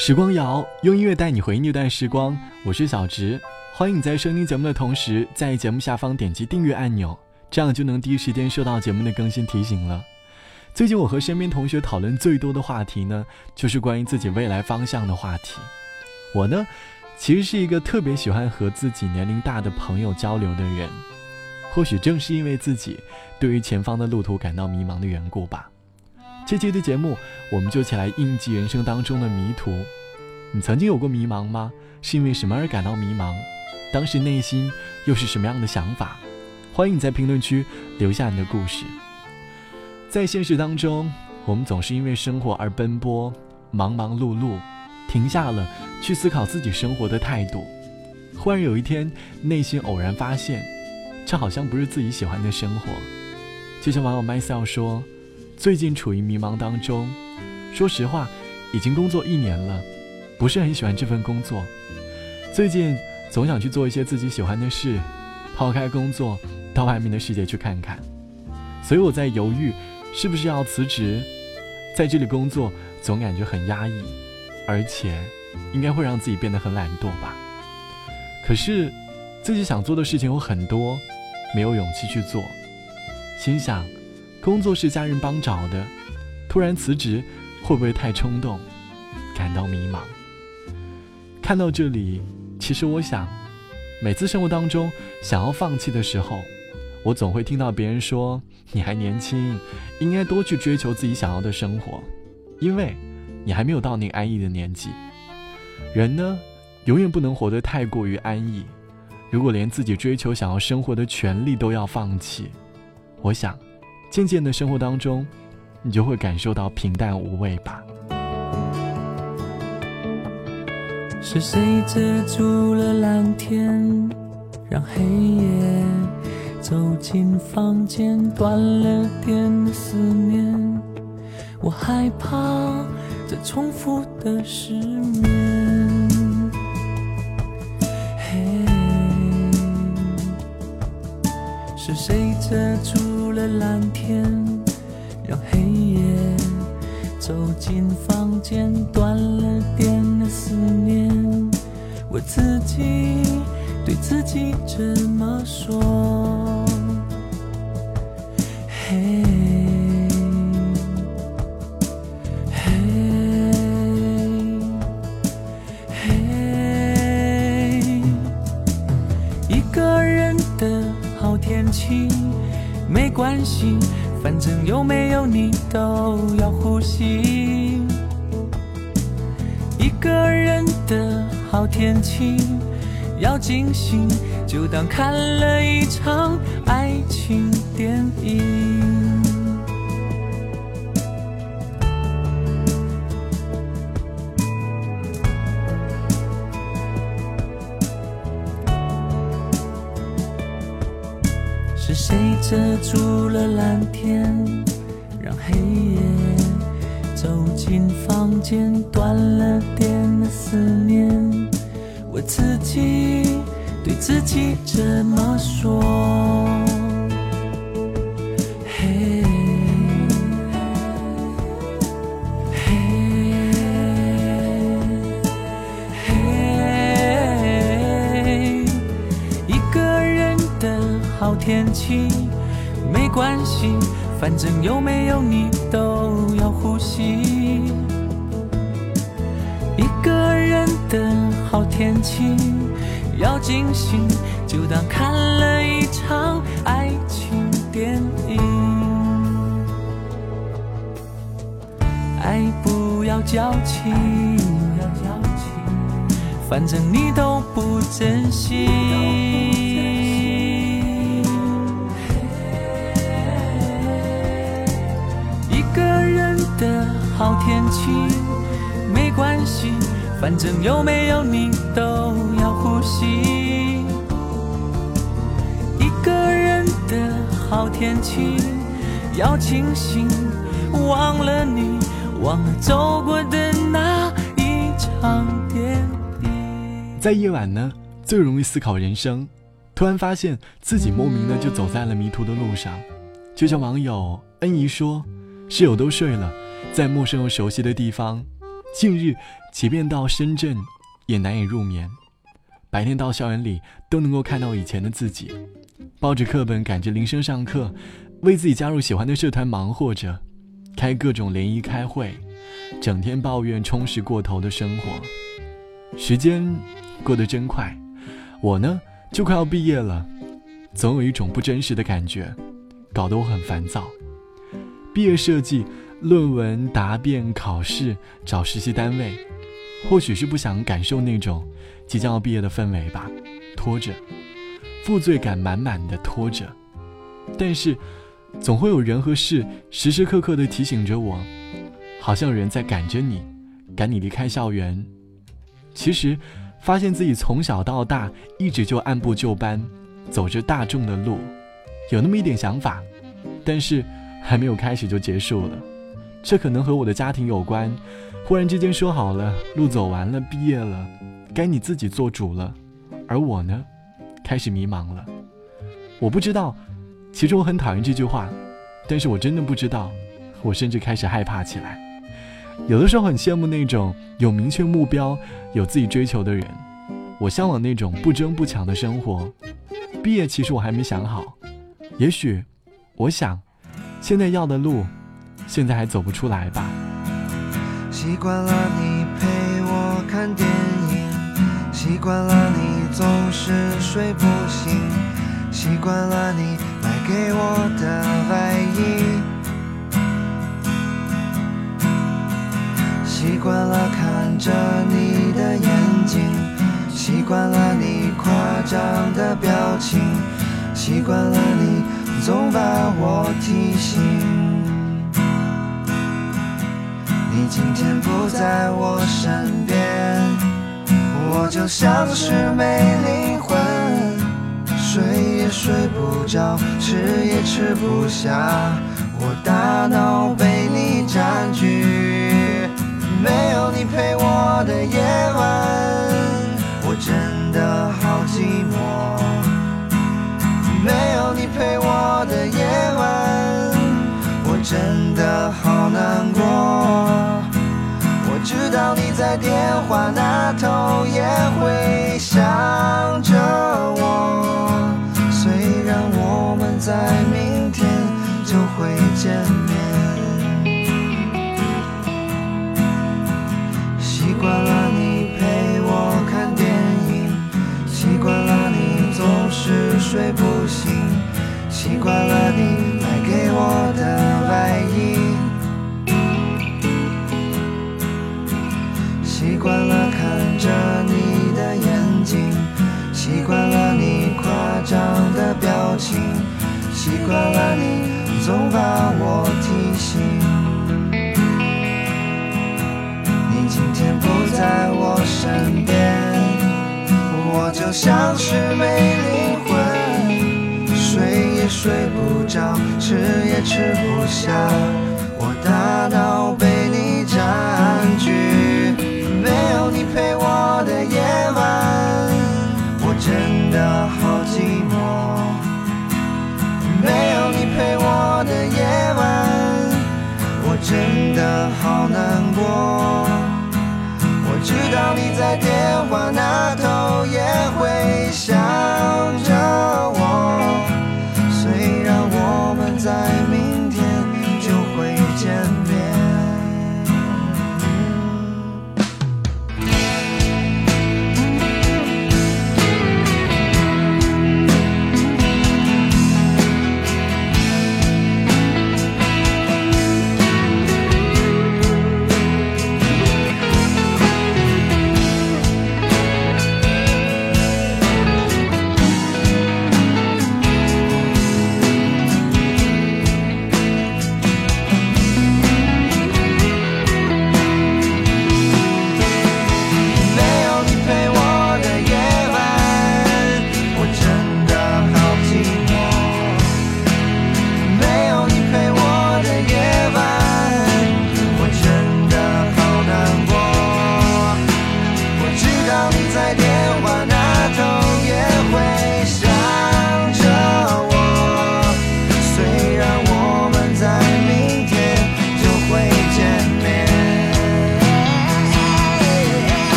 时光谣，用音乐带你回忆那段时光，我是小直，欢迎你在收听节目的同时，在节目下方点击订阅按钮，这样就能第一时间收到节目的更新提醒了。最近我和身边同学讨论最多的话题呢，就是关于自己未来方向的话题。我呢，其实是一个特别喜欢和自己年龄大的朋友交流的人，或许正是因为自己对于前方的路途感到迷茫的缘故吧。这期的节目，我们就一起来印记人生当中的迷途。你曾经有过迷茫吗？是因为什么而感到迷茫？当时内心又是什么样的想法？欢迎你在评论区留下你的故事。在现实当中，我们总是因为生活而奔波，忙忙碌碌，停下了去思考自己生活的态度。忽然有一天，内心偶然发现，这好像不是自己喜欢的生活。就像网友 myself 说，最近处于迷茫当中，说实话已经工作1年了，不是很喜欢这份工作。最近总想去做一些自己喜欢的事，抛开工作到外面的世界去看看。所以我在犹豫是不是要辞职，在这里工作总感觉很压抑，而且应该会让自己变得很懒惰吧。可是自己想做的事情有很多，没有勇气去做。心想工作是家人帮找的，突然辞职会不会太冲动，感到迷茫。看到这里，其实我想，每次生活当中想要放弃的时候，我总会听到别人说，你还年轻，应该多去追求自己想要的生活，因为你还没有到那个安逸的年纪。人呢，永远不能活得太过于安逸，如果连自己追求想要生活的权利都要放弃，我想渐渐的生活当中，你就会感受到平淡无味吧。 是谁遮住了蓝天，让黑夜走进房间，断了电的思念。我害怕这重复的失眠。是谁遮住了蓝天，让黑夜走进房间，断了电的思念。我自己对自己这么说。嘿，嘿，嘿，一个人的好天气没关系，反正有没有你都要呼吸。一个人的好天气要惊喜，就当看了一场爱情电影。是谁遮住了蓝天，让黑夜走进房间，断了电的思念。我自己对自己这么说。嘿，嘿，嘿，一个人的好天气没关系，反正有没有你都要呼吸。一个人的好天气要惊喜，就当看了一场爱情电影。爱不要矫情，反正你都不珍惜。一个人的好天气没关系，反正有没有你都要呼吸。一个人的好天气要清醒，忘了你，忘了走过的那一场电影。 在夜晚呢，最容易思考人生，突然发现自己莫名的就走在了迷途的路上。就像网友恩怡说，室友都睡了，在陌生又熟悉的地方， 近日即便到深圳也难以入眠，白天到校园里都能够看到以前的自己，抱着课本赶着铃声上课，为自己加入喜欢的社团忙活着，开各种联谊开会，整天抱怨充实过头的生活。时间过得真快，我呢就快要毕业了，总有一种不真实的感觉，搞得我很烦躁。毕业设计、论文答辩、考试、找实习单位，或许是不想感受那种即将要毕业的氛围吧，拖着，负罪感满满的拖着。但是总会有人和事时时刻刻地提醒着我，好像有人在赶着你，赶你离开校园。其实发现自己从小到大一直就按部就班，走着大众的路，有那么一点想法，但是还没有开始就结束了。这可能和我的家庭有关，忽然之间说好了，路走完了，毕业了，该你自己做主了，而我呢，开始迷茫了。我不知道，其实我很讨厌这句话，但是我真的不知道，我甚至开始害怕起来。有的时候很羡慕那种有明确目标、有自己追求的人，我向往那种不争不抢的生活。毕业其实我还没想好，也许我想现在要的路现在还走不出来吧。 习惯了你陪我看电影，习惯了你总是睡不醒，习惯了你买给我的外衣，习惯了看着你的眼睛，习惯了你夸张的表情，习惯了你总把我提醒。你今天不在我身边，我就像是没灵魂，睡也睡不着，吃也吃不下，我大脑被你占据。没有你陪我的夜晚，我真的好寂寞。没有你陪我的夜晚，我真的好难过。我知道你在电话那头也会想着我，虽然我们在明天就会见面。习惯了你陪我看电影，习惯了你总是睡不醒，习惯了你买给我的外衣，习惯了看着你的眼睛，习惯了你夸张的表情，习惯了你总把我提醒。你今天不在我身边，我就像是没灵魂，睡也睡不着，吃也吃不下，我大脑被你占据。没有你陪我的夜晚，我真的好寂寞。没有你陪我的夜晚，我真的好难过。我知道你在电话那头也会想着我，虽然我们在明天就会见面。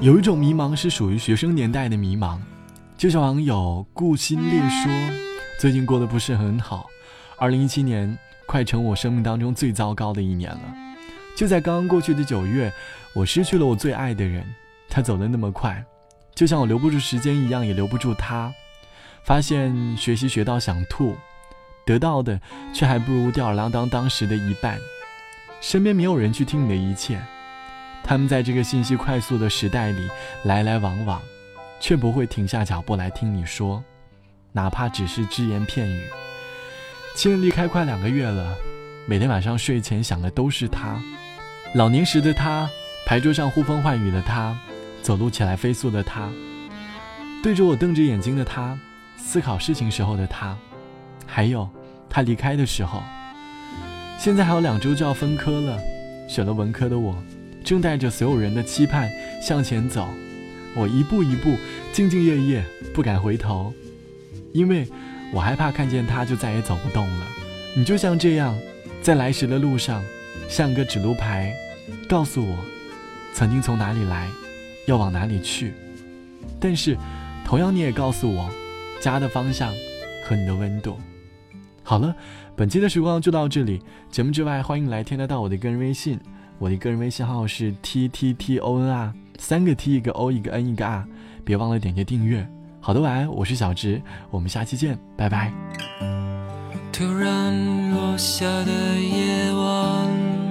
有一种迷茫是属于学生年代的迷茫，就像网友顾心烈说，最近过得不是很好，2017年快成我生命当中最糟糕的一年了。就在刚刚过去的9月，我失去了我最爱的人，他走得那么快，就像我留不住时间一样，也留不住他。发现学习学到想吐，得到的却还不如吊儿郎当当时的一半。身边没有人去听你的一切，他们在这个信息快速的时代里来来往往，却不会停下脚步来听你说，哪怕只是只言片语。亲人离开快2个月了，每天晚上睡前想的都是他，老年时的他，牌桌上呼风唤雨的他，走路起来飞速的他，对着我瞪着眼睛的他，思考事情时候的他，还有他离开的时候。现在还有2周就要分科了，选了文科的我正带着所有人的期盼向前走，我一步一步兢兢业业，不敢回头，因为我害怕看见他就再也走不动了。你就像这样，在来时的路上像个指路牌，告诉我曾经从哪里来，要往哪里去，但是同样你也告诉我家的方向和你的温度。好了，本期的时光就到这里，节目之外欢迎来添加到我的个人微信，我的个人微信号是 TTTONR，3个 T 1个 O 1个 N 1个 R， 别忘了点击订阅。好的，晚安，我是小直，我们下期见，拜拜。 突然落下的夜晚，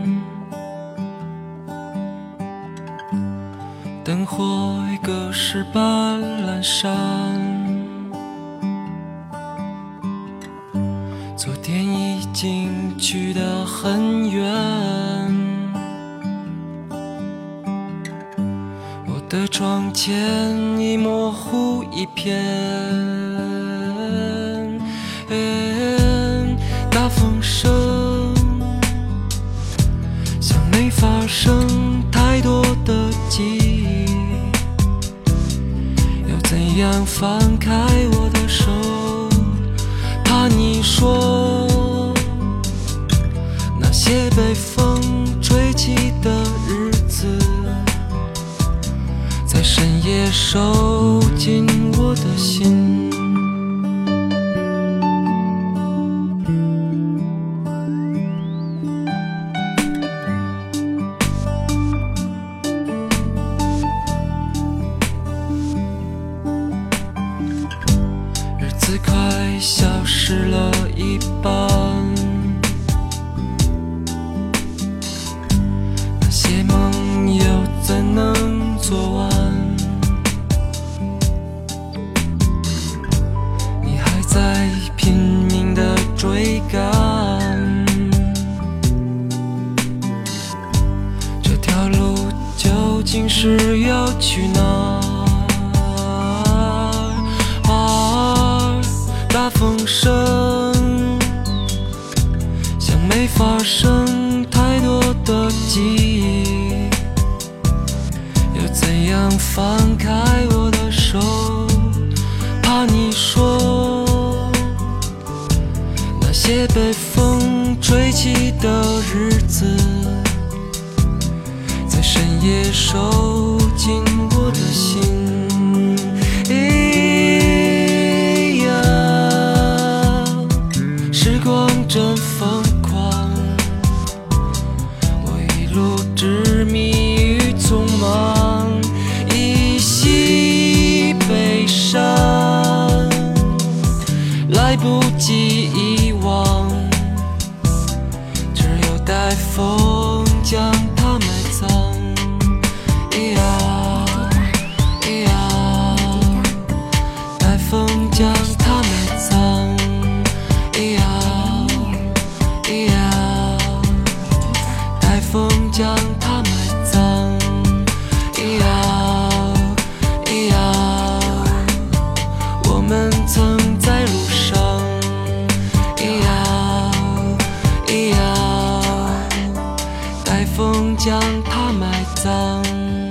灯火已隔世般阑珊，昨天已经去得很远，我的窗前已模糊一片，大风声像没发生太多的记忆，要怎样放开我的手，怕你说那些被风吹起的日子，在深夜收进我的心。日子快消失了一半，那些梦又怎能做完？你还在拼命地追赶，这条路究竟是要去哪？大风声像没发生太多的记忆，要怎样放开我的手，怕你说那些被风吹起的日子，在深夜收进我的心。时光真疯狂，我一路执迷于匆忙，依稀悲伤，来不及遗忘，只有待风将它埋葬。待风将它埋葬。待风将它埋葬，我们曾在路上，待风将它埋葬。